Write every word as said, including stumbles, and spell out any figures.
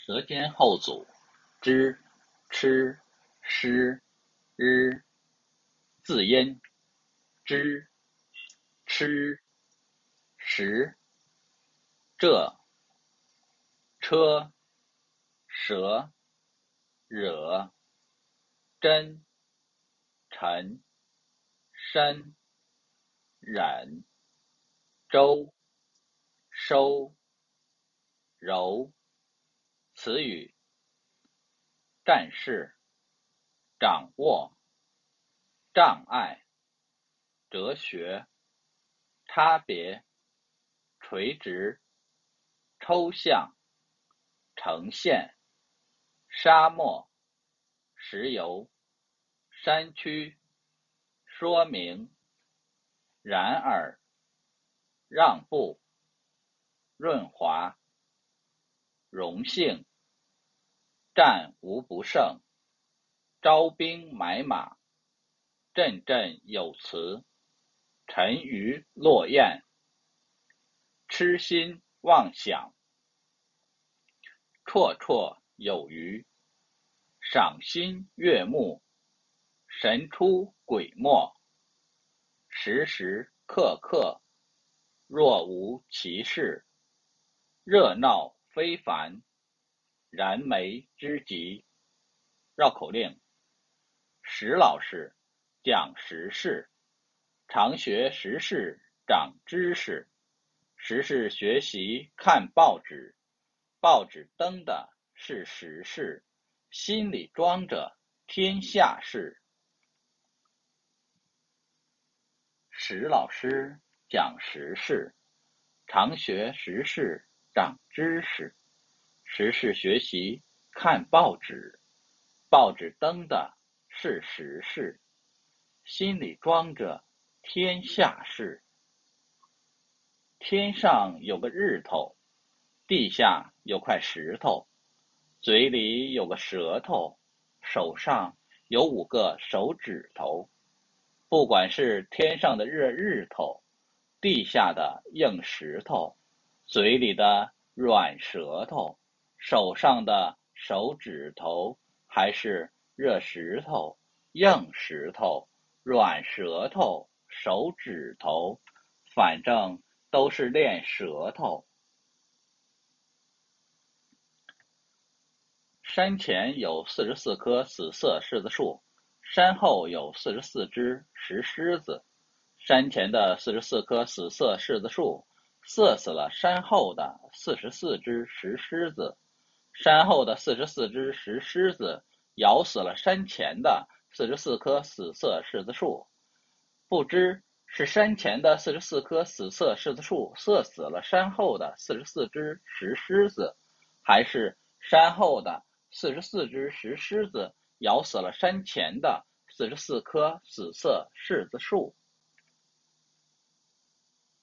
舌尖后组，知、吃、诗、日。字音：知、吃、食、这、车、舌、惹、真、陈、山、冉、周、收、柔。词语：战士、掌握、障碍、哲学、差别、垂直、抽象、呈现、沙漠、石油、山区、说明、然而、让步、润滑、荣幸、战无不胜、招兵买马、振振有词、沉鱼落雁、痴心妄想、绰绰有余、赏心悦目、神出鬼没、时时刻刻、若无其事、热闹非凡、燃眉之急。绕口令：石老师讲时事，常学时事长知识，时事学习看报纸，报纸登的是时事，心里装着天下事。石老师讲时事，常学时事长知识，时事学习看报纸，报纸登的是时事，心里装着天下事。天上有个日头，地下有块石头，嘴里有个舌头，手上有五个手指头。不管是天上的热日头，地下的硬石头，嘴里的软舌头，手上的手指头，还是热石头、硬石头、软舌头、手指头，反正都是练舌头。山前有四十四棵死色柿子树，山后有四十四只石狮子。山前的四十四棵死色柿子树，射死了山后的四十四只石狮子。山后的四十四只石狮子咬死了山前的四十四棵死色柿子树。不知是山前的四十四棵死色柿子树射死了山后的四十四只石狮子，还是山后的四十四只石狮子咬死了山前的四十四棵死色柿子树。